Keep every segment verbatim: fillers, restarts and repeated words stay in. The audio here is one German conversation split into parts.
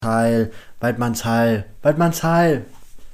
Heil, Waldmannsheil, Waldmannsheil.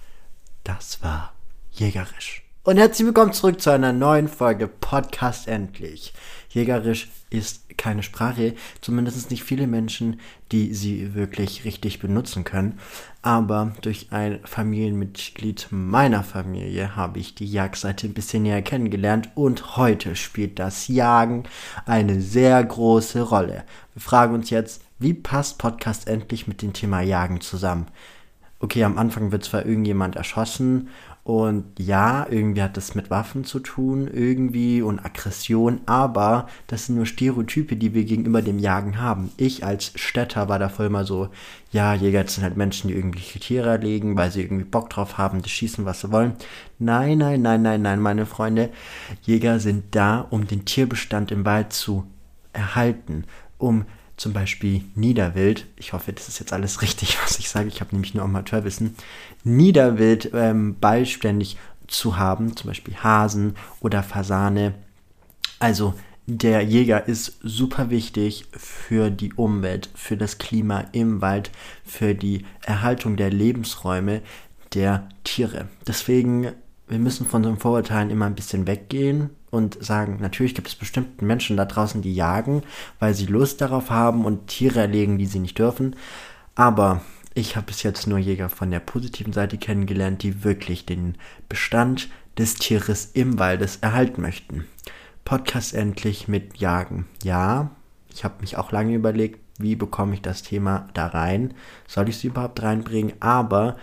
Das war Jägerisch. Und herzlich willkommen zurück zu einer neuen Folge Podcast endlich. Jägerisch ist keine Sprache, zumindest nicht viele Menschen, die sie wirklich richtig benutzen können. Aber durch ein Familienmitglied meiner Familie habe ich die Jagdseite ein bisschen näher kennengelernt und heute spielt das Jagen eine sehr große Rolle. Wir fragen uns jetzt, wie passt Podcast endlich mit dem Thema Jagen zusammen? Okay, am Anfang wird zwar irgendjemand erschossen und ja, irgendwie hat das mit Waffen zu tun, irgendwie und Aggression, aber das sind nur Stereotype, die wir gegenüber dem Jagen haben. Ich als Städter war davor immer so, ja, Jäger sind halt Menschen, die irgendwelche Tiere erlegen, weil sie irgendwie Bock drauf haben, das schießen, was sie wollen. Nein, nein, nein, nein, nein, meine Freunde, Jäger sind da, um den Tierbestand im Wald zu erhalten, um zum Beispiel Niederwild, ich hoffe, das ist jetzt alles richtig, was ich sage, ich habe nämlich nur Amateurwissen, Niederwild ähm, ballständig zu haben, zum Beispiel Hasen oder Fasane. Also der Jäger ist super wichtig für die Umwelt, für das Klima im Wald, für die Erhaltung der Lebensräume der Tiere. Deswegen, wir müssen von so einem Vorurteilen immer ein bisschen weggehen und sagen, natürlich gibt es bestimmt Menschen da draußen, die jagen, weil sie Lust darauf haben und Tiere erlegen, die sie nicht dürfen. Aber ich habe bis jetzt nur Jäger von der positiven Seite kennengelernt, die wirklich den Bestand des Tieres im Waldes erhalten möchten. Podcast endlich mit Jagen. Ja, ich habe mich auch lange überlegt, wie bekomme ich das Thema da rein? Soll ich es überhaupt reinbringen? Aber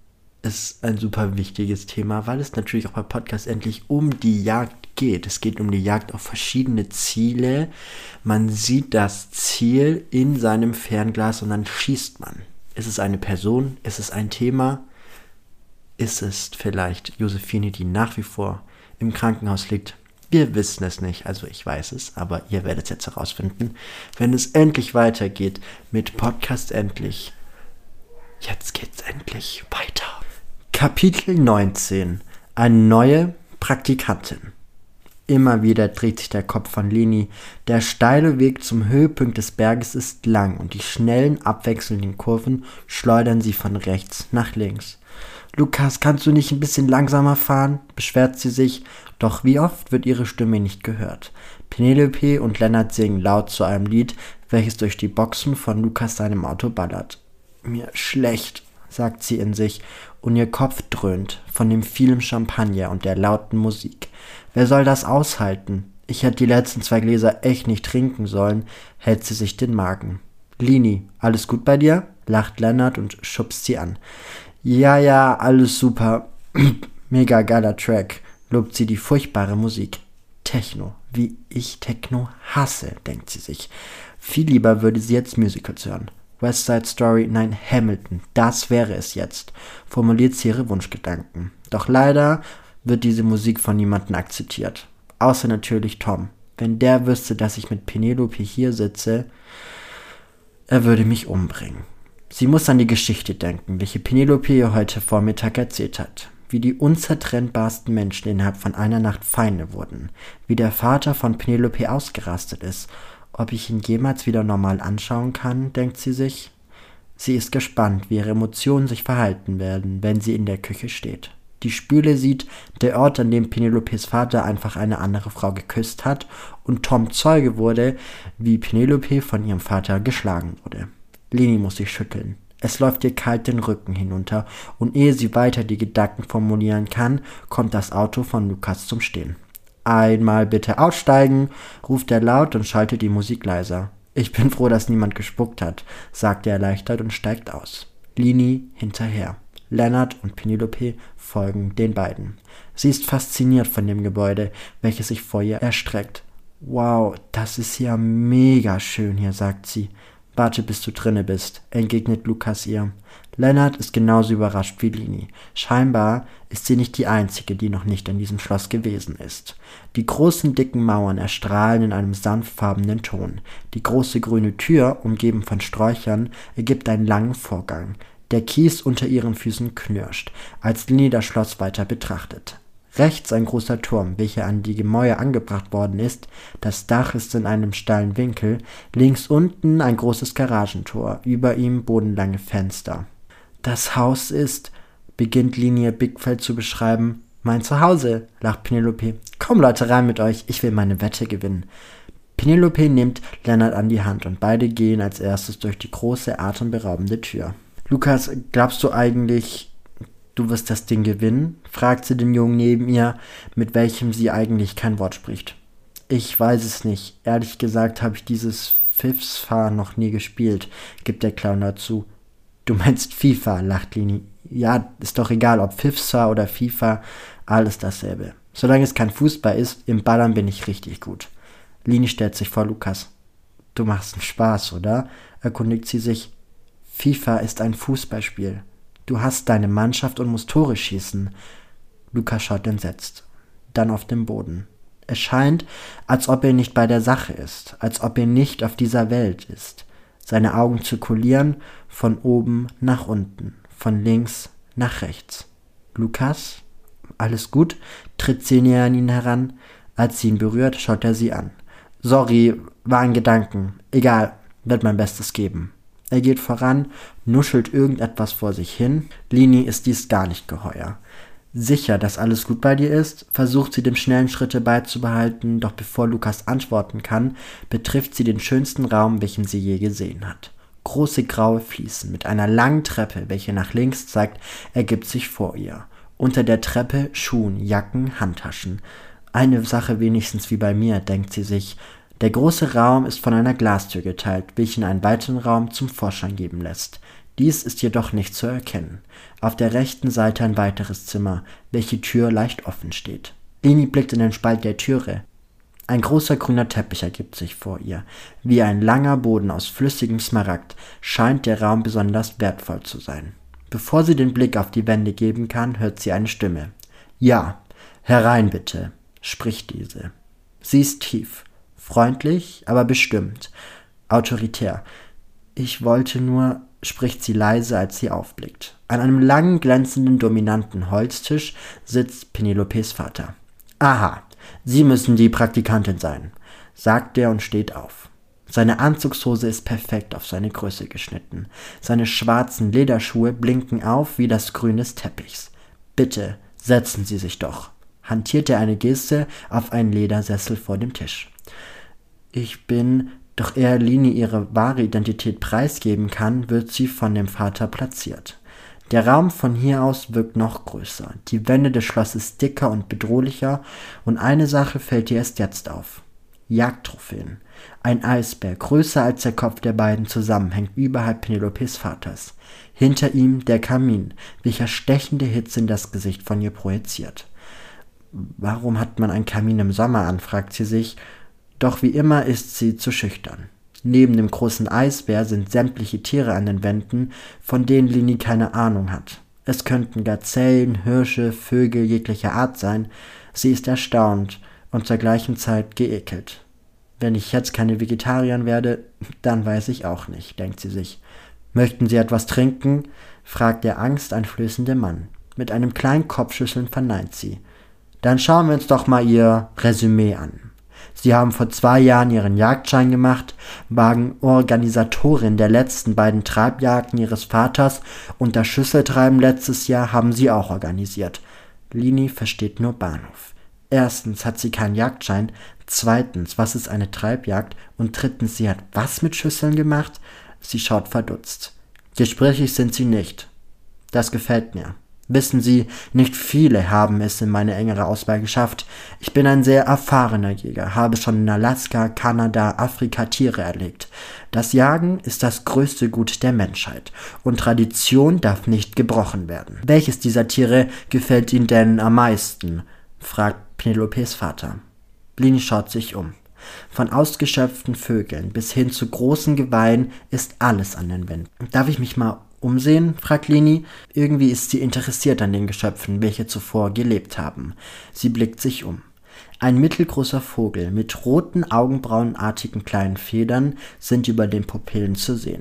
ist ein super wichtiges Thema, weil es natürlich auch bei Podcast endlich um die Jagd geht. Es geht um die Jagd auf verschiedene Ziele. Man sieht das Ziel in seinem Fernglas und dann schießt man. Ist es eine Person? Ist es ein Thema? Ist es vielleicht Josephine, die nach wie vor im Krankenhaus liegt? Wir wissen es nicht, also ich weiß es, aber ihr werdet es jetzt herausfinden, wenn es endlich weitergeht mit Podcast endlich. Jetzt geht's endlich weiter. Kapitel neunzehn. Eine neue Praktikantin. Immer wieder dreht sich der Kopf von Leni. Der steile Weg zum Höhepunkt des Berges ist lang und die schnellen, abwechselnden Kurven schleudern sie von rechts nach links. Lukas, kannst du nicht ein bisschen langsamer fahren? Beschwert sie sich, doch wie oft wird ihre Stimme nicht gehört. Penelope und Lennart singen laut zu einem Lied, welches durch die Boxen von Lukas seinem Auto ballert. Mir schlecht, sagt sie in sich, und ihr Kopf dröhnt von dem vielen Champagner und der lauten Musik. Wer soll das aushalten? Ich hätte die letzten zwei Gläser echt nicht trinken sollen, hält sie sich den Magen. Lini, alles gut bei dir? Lacht Lennart und schubst sie an. Ja, ja, alles super. Mega geiler Track, lobt sie die furchtbare Musik. Techno, wie ich Techno hasse, denkt sie sich. Viel lieber würde sie jetzt Musicals hören. West Side Story, nein, Hamilton, das wäre es jetzt, formuliert sie ihre Wunschgedanken. Doch leider wird diese Musik von niemandem akzeptiert. Außer natürlich Tom. Wenn der wüsste, dass ich mit Penelope hier sitze, er würde mich umbringen. Sie muss an die Geschichte denken, welche Penelope ihr heute Vormittag erzählt hat. Wie die unzertrennbarsten Menschen innerhalb von einer Nacht Feinde wurden. Wie der Vater von Penelope ausgerastet ist. Ob ich ihn jemals wieder normal anschauen kann, denkt sie sich. Sie ist gespannt, wie ihre Emotionen sich verhalten werden, wenn sie in der Küche steht. Die Spüle sieht, der Ort, an dem Penelopes Vater einfach eine andere Frau geküsst hat und Tom Zeuge wurde, wie Penelope von ihrem Vater geschlagen wurde. Leni muss sich schütteln. Es läuft ihr kalt den Rücken hinunter und ehe sie weiter die Gedanken formulieren kann, kommt das Auto von Lukas zum Stehen. Einmal bitte aussteigen, ruft er laut und schaltet die Musik leiser. Ich bin froh, dass niemand gespuckt hat, sagt er erleichtert und steigt aus. Lini hinterher. Lennart und Penelope folgen den beiden. Sie ist fasziniert von dem Gebäude, welches sich vor ihr erstreckt. Wow, das ist ja mega schön hier, sagt sie. Warte, bis du drinne bist, entgegnet Lukas ihr. Lennart ist genauso überrascht wie Lini. Scheinbar ist sie nicht die Einzige, die noch nicht in diesem Schloss gewesen ist. Die großen, dicken Mauern erstrahlen in einem sanftfarbenen Ton. Die große grüne Tür, umgeben von Sträuchern, ergibt einen langen Vorgang. Der Kies unter ihren Füßen knirscht, als Lini das Schloss weiter betrachtet. Rechts ein großer Turm, welcher an die Gemäuer angebracht worden ist. Das Dach ist in einem steilen Winkel. Links unten ein großes Garagentor, über ihm bodenlange Fenster. Das Haus ist, beginnt Linie Blickfeld zu beschreiben. Mein Zuhause, lacht Penelope. Komm Leute, rein mit euch, ich will meine Wette gewinnen. Penelope nimmt Lennart an die Hand und beide gehen als erstes durch die große, atemberaubende Tür. Lukas, glaubst du eigentlich, du wirst das Ding gewinnen? Fragt sie den Jungen neben ihr, mit welchem sie eigentlich kein Wort spricht. Ich weiß es nicht. Ehrlich gesagt habe ich dieses Fifsfa noch nie gespielt, gibt der Clown dazu. Du meinst FIFA, lacht Lini. Ja, ist doch egal, ob Fifsfa oder FIFA, alles dasselbe. Solange es kein Fußball ist, im Ballern bin ich richtig gut. Lini stellt sich vor Lukas. Du machst einen Spaß, oder? Erkundigt sie sich. FIFA ist ein Fußballspiel. Du hast deine Mannschaft und musst Tore schießen. Lukas schaut entsetzt. Dann auf den Boden. Es scheint, als ob er nicht bei der Sache ist, als ob er nicht auf dieser Welt ist. Seine Augen zirkulieren von oben nach unten, von links nach rechts. Lukas? Alles gut? Tritt sie näher an ihn heran. Als sie ihn berührt, schaut er sie an. Sorry, war ein Gedanken. Egal, wird mein Bestes geben. Er geht voran, nuschelt irgendetwas vor sich hin. Lini ist dies gar nicht geheuer. Sicher, dass alles gut bei dir ist, versucht sie dem schnellen Schritte beizubehalten, doch bevor Lukas antworten kann, betrifft sie den schönsten Raum, welchen sie je gesehen hat. Große graue Fliesen mit einer langen Treppe, welche nach links zeigt, ergibt sich vor ihr. Unter der Treppe Schuhen, Jacken, Handtaschen. Eine Sache wenigstens wie bei mir, denkt sie sich. Der große Raum ist von einer Glastür geteilt, welchen einen weiteren Raum zum Vorschein geben lässt. Dies ist jedoch nicht zu erkennen. Auf der rechten Seite ein weiteres Zimmer, welche Tür leicht offen steht. Lini blickt in den Spalt der Türe. Ein großer grüner Teppich ergibt sich vor ihr. Wie ein langer Boden aus flüssigem Smaragd scheint der Raum besonders wertvoll zu sein. Bevor sie den Blick auf die Wände geben kann, hört sie eine Stimme. Ja, herein bitte, spricht diese. Sie ist tief, freundlich, aber bestimmt, autoritär. Ich wollte nur, spricht sie leise, als sie aufblickt. An einem langen, glänzenden, dominanten Holztisch sitzt Penelopes Vater. Aha, Sie müssen die Praktikantin sein, sagt er und steht auf. Seine Anzugshose ist perfekt auf seine Größe geschnitten. Seine schwarzen Lederschuhe blinken auf wie das Grün des Teppichs. Bitte, setzen Sie sich doch, hantiert er eine Geste auf einen Ledersessel vor dem Tisch. Ich bin, doch ehe Lini ihre wahre Identität preisgeben kann, wird sie von dem Vater platziert. Der Raum von hier aus wirkt noch größer. Die Wände des Schlosses dicker und bedrohlicher und eine Sache fällt ihr erst jetzt auf. Jagdtrophäen. Ein Eisbär, größer als der Kopf der beiden zusammen, hängt überhalb Penelopes Vaters. Hinter ihm der Kamin, welcher stechende Hitze in das Gesicht von ihr projiziert. Warum hat man einen Kamin im Sommer an, fragt sie sich, doch wie immer ist sie zu schüchtern. Neben dem großen Eisbär sind sämtliche Tiere an den Wänden, von denen Lini keine Ahnung hat. Es könnten Gazellen, Hirsche, Vögel jeglicher Art sein. Sie ist erstaunt und zur gleichen Zeit geekelt. Wenn ich jetzt keine Vegetarierin werde, dann weiß ich auch nicht, denkt sie sich. Möchten Sie etwas trinken? Fragt der angsteinflößende Mann. Mit einem kleinen Kopfschütteln verneint sie. Dann schauen wir uns doch mal Ihr Resümee an. Sie haben vor zwei Jahren Ihren Jagdschein gemacht, waren Organisatorin der letzten beiden Treibjagden Ihres Vaters und das Schüsseltreiben letztes Jahr haben Sie auch organisiert. Lini versteht nur Bahnhof. Erstens hat sie keinen Jagdschein, zweitens, was ist eine Treibjagd und drittens, sie hat was mit Schüsseln gemacht? Sie schaut verdutzt. Gesprächig sind Sie nicht. Das gefällt mir. Wissen Sie, nicht viele haben es in meine engere Auswahl geschafft. Ich bin ein sehr erfahrener Jäger, habe schon in Alaska, Kanada, Afrika Tiere erlegt. Das Jagen ist das größte Gut der Menschheit und Tradition darf nicht gebrochen werden. Welches dieser Tiere gefällt Ihnen denn am meisten? Fragt Penelopes Vater. Lini schaut sich um. Von ausgeschöpften Vögeln bis hin zu großen Geweihen ist alles an den Wänden. Darf ich mich mal umsehen? Fragt Lini. Irgendwie ist sie interessiert an den Geschöpfen, welche zuvor gelebt haben. Sie blickt sich um. Ein mittelgroßer Vogel mit roten, augenbrauenartigen kleinen Federn sind über den Pupillen zu sehen.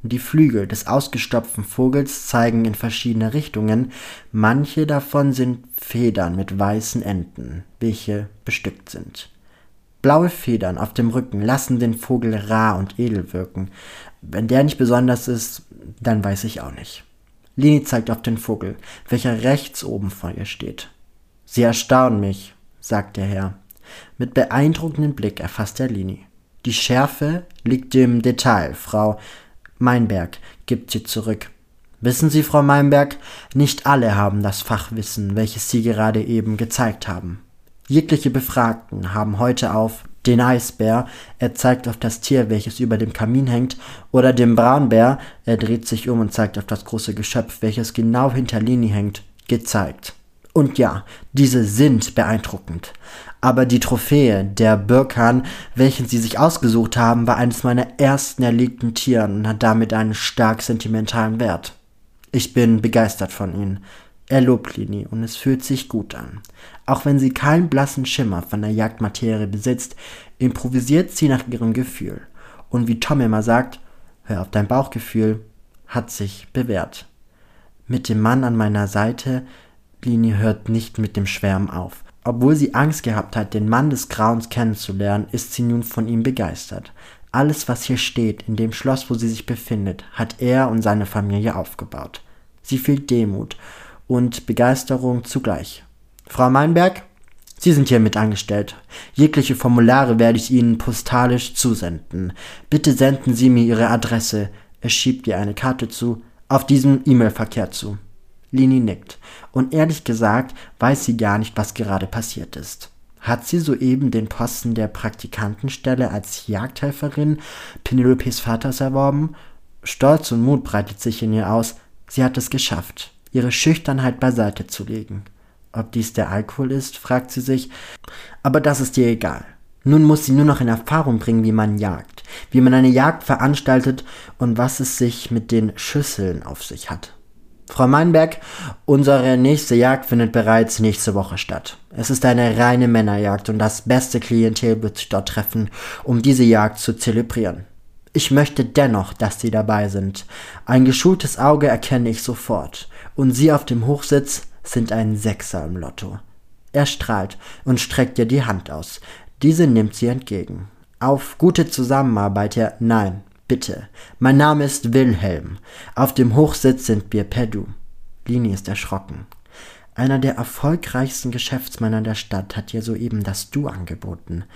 Die Flügel des ausgestopften Vogels zeigen in verschiedene Richtungen, manche davon sind Federn mit weißen Enden, welche bestückt sind. Blaue Federn auf dem Rücken lassen den Vogel rar und edel wirken. Wenn der nicht besonders ist, dann weiß ich auch nicht. Lini zeigt auf den Vogel, welcher rechts oben vor ihr steht. »Sie erstaunen mich«, sagt der Herr. Mit beeindruckendem Blick erfasst er Lini. »Die Schärfe liegt im Detail, Frau Meinberg«, gibt sie zurück. »Wissen Sie, Frau Meinberg, nicht alle haben das Fachwissen, welches Sie gerade eben gezeigt haben. Jegliche Befragten haben heute auf den Eisbär, er zeigt auf das Tier, welches über dem Kamin hängt, oder den Braunbär, er dreht sich um und zeigt auf das große Geschöpf, welches genau hinter Lini hängt, gezeigt. Und ja, diese sind beeindruckend. Aber die Trophäe, der Birkan, welchen sie sich ausgesucht haben, war eines meiner ersten erlegten Tieren und hat damit einen stark sentimentalen Wert. Ich bin begeistert von ihnen. Er lobt Lini und es fühlt sich gut an. Auch wenn sie keinen blassen Schimmer von der Jagdmaterie besitzt, improvisiert sie nach ihrem Gefühl. Und wie Tom immer sagt, hör auf dein Bauchgefühl, hat sich bewährt. Mit dem Mann an meiner Seite, Lini hört nicht mit dem Schwärmen auf. Obwohl sie Angst gehabt hat, den Mann des Grauens kennenzulernen, ist sie nun von ihm begeistert. Alles, was hier steht, in dem Schloss, wo sie sich befindet, hat er und seine Familie aufgebaut. Sie fühlt Demut und Begeisterung zugleich. Frau Meinberg, Sie sind hier mit angestellt. Jegliche Formulare werde ich Ihnen postalisch zusenden. Bitte senden Sie mir Ihre Adresse. Er schiebt ihr eine Karte zu, auf diesem E-Mail-Verkehr zu. Lini nickt. Und ehrlich gesagt weiß sie gar nicht, was gerade passiert ist. Hat sie soeben den Posten der Praktikantenstelle als Jagdhelferin Penelopes Vaters erworben? Stolz und Mut breitet sich in ihr aus. Sie hat es geschafft, ihre Schüchternheit beiseite zu legen. Ob dies der Alkohol ist, fragt sie sich. Aber das ist ihr egal. Nun muss sie nur noch in Erfahrung bringen, wie man jagt, wie man eine Jagd veranstaltet und was es sich mit den Schüsseln auf sich hat. Frau Meinberg, unsere nächste Jagd findet bereits nächste Woche statt. Es ist eine reine Männerjagd und das beste Klientel wird sich dort treffen, um diese Jagd zu zelebrieren. Ich möchte dennoch, dass Sie dabei sind. Ein geschultes Auge erkenne ich sofort. Und Sie auf dem Hochsitz sind ein Sechser im Lotto. Er strahlt und streckt ihr die Hand aus. Diese nimmt sie entgegen. Auf gute Zusammenarbeit, Herr... Nein, bitte. Mein Name ist Wilhelm. Auf dem Hochsitz sind wir per Du. Lini ist erschrocken. Einer der erfolgreichsten Geschäftsmänner der Stadt hat ihr soeben das Du angeboten.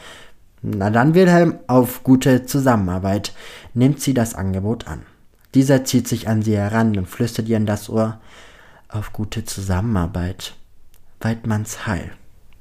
Na dann, Wilhelm, auf gute Zusammenarbeit, nimmt sie das Angebot an. Dieser zieht sich an sie heran und flüstert ihr in das Ohr, auf gute Zusammenarbeit, Weidmanns Heil.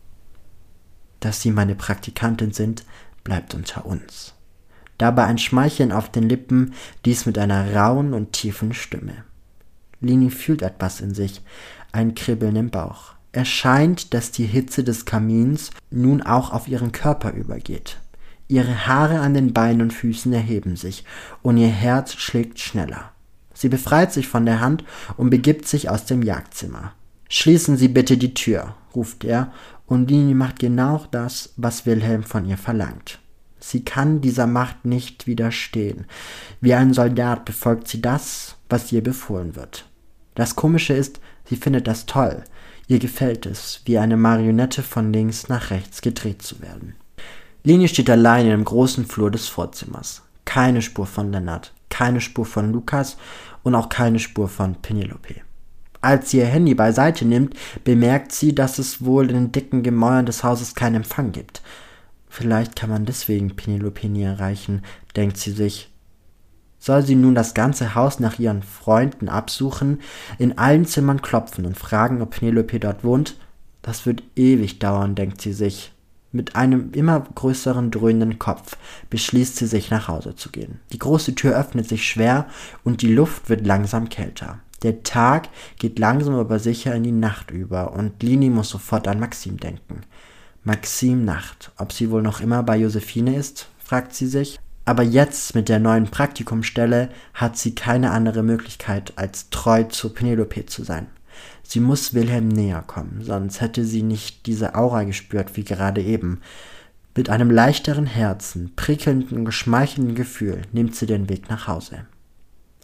Dass Sie meine Praktikantin sind, bleibt unter uns. Dabei ein Schmeicheln auf den Lippen, dies mit einer rauen und tiefen Stimme. Lini fühlt etwas in sich, ein Kribbeln im Bauch. Es scheint, dass die Hitze des Kamins nun auch auf ihren Körper übergeht. Ihre Haare an den Beinen und Füßen erheben sich und ihr Herz schlägt schneller. Sie befreit sich von der Hand und begibt sich aus dem Jagdzimmer. »Schließen Sie bitte die Tür«, ruft er, und Lini macht genau das, was Wilhelm von ihr verlangt. Sie kann dieser Macht nicht widerstehen. Wie ein Soldat befolgt sie das, was ihr befohlen wird. Das Komische ist, sie findet das toll. Ihr gefällt es, wie eine Marionette von links nach rechts gedreht zu werden. Lini steht allein im großen Flur des Vorzimmers. Keine Spur von Lennart, keine Spur von Lukas und auch keine Spur von Penelope. Als sie ihr Handy beiseite nimmt, bemerkt sie, dass es wohl in den dicken Gemäuern des Hauses keinen Empfang gibt. Vielleicht kann man deswegen Penelope nie erreichen, denkt sie sich. Soll sie nun das ganze Haus nach ihren Freunden absuchen, in allen Zimmern klopfen und fragen, ob Penelope dort wohnt? Das wird ewig dauern, denkt sie sich. Mit einem immer größeren dröhnenden Kopf beschließt sie sich, nach Hause zu gehen. Die große Tür öffnet sich schwer und die Luft wird langsam kälter. Der Tag geht langsam aber sicher in die Nacht über und Lini muss sofort an Maxim denken. Maxim Nacht. Ob sie wohl noch immer bei Josephine ist, fragt sie sich. Aber jetzt mit der neuen Praktikumsstelle hat sie keine andere Möglichkeit, als treu zu Penelope zu sein. Sie muss Wilhelm näher kommen, sonst hätte sie nicht diese Aura gespürt wie gerade eben. Mit einem leichteren Herzen, prickelnden, geschmeichelnden Gefühl nimmt sie den Weg nach Hause.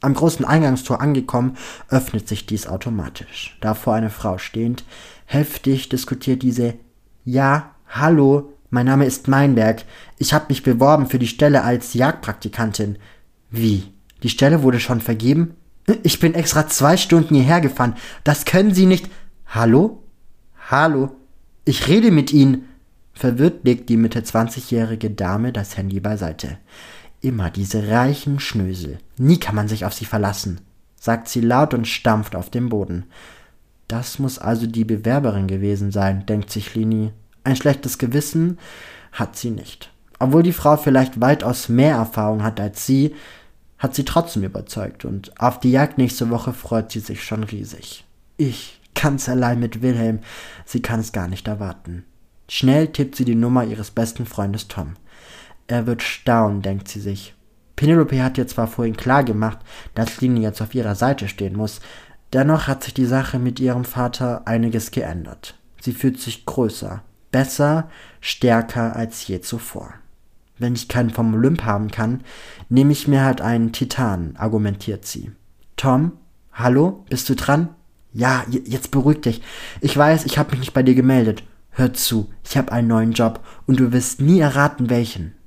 Am großen Eingangstor angekommen, öffnet sich dies automatisch. Davor eine Frau stehend, heftig diskutiert diese: Ja, hallo, mein Name ist Meinberg. Ich habe mich beworben für die Stelle als Jagdpraktikantin. Wie? Die Stelle wurde schon vergeben? Ich bin extra zwei Stunden hierher gefahren. Das können Sie nicht. Hallo? Hallo? Ich rede mit Ihnen. Verwirrt legt die Mitte zwanzigjährige Dame das Handy beiseite. Immer diese reichen Schnösel. Nie kann man sich auf sie verlassen, sagt sie laut und stampft auf den Boden. Das muss also die Bewerberin gewesen sein, denkt sich Lini. Ein schlechtes Gewissen hat sie nicht. Obwohl die Frau vielleicht weitaus mehr Erfahrung hat als sie, hat sie trotzdem überzeugt und auf die Jagd nächste Woche freut sie sich schon riesig. Ich, ganz allein mit Wilhelm, sie kann es gar nicht erwarten. Schnell tippt sie die Nummer ihres besten Freundes Tom. Er wird staunen, denkt sie sich. Penelope hat ihr zwar vorhin klar gemacht, dass Lini jetzt auf ihrer Seite stehen muss, dennoch hat sich die Sache mit ihrem Vater einiges geändert. Sie fühlt sich größer, besser, stärker als je zuvor. Wenn ich keinen vom Olymp haben kann, nehme ich mir halt einen Titan, argumentiert sie. Tom, hallo, bist du dran? Ja, j- jetzt beruhig dich. Ich weiß, ich habe mich nicht bei dir gemeldet. Hör zu, ich habe einen neuen Job und du wirst nie erraten, welchen.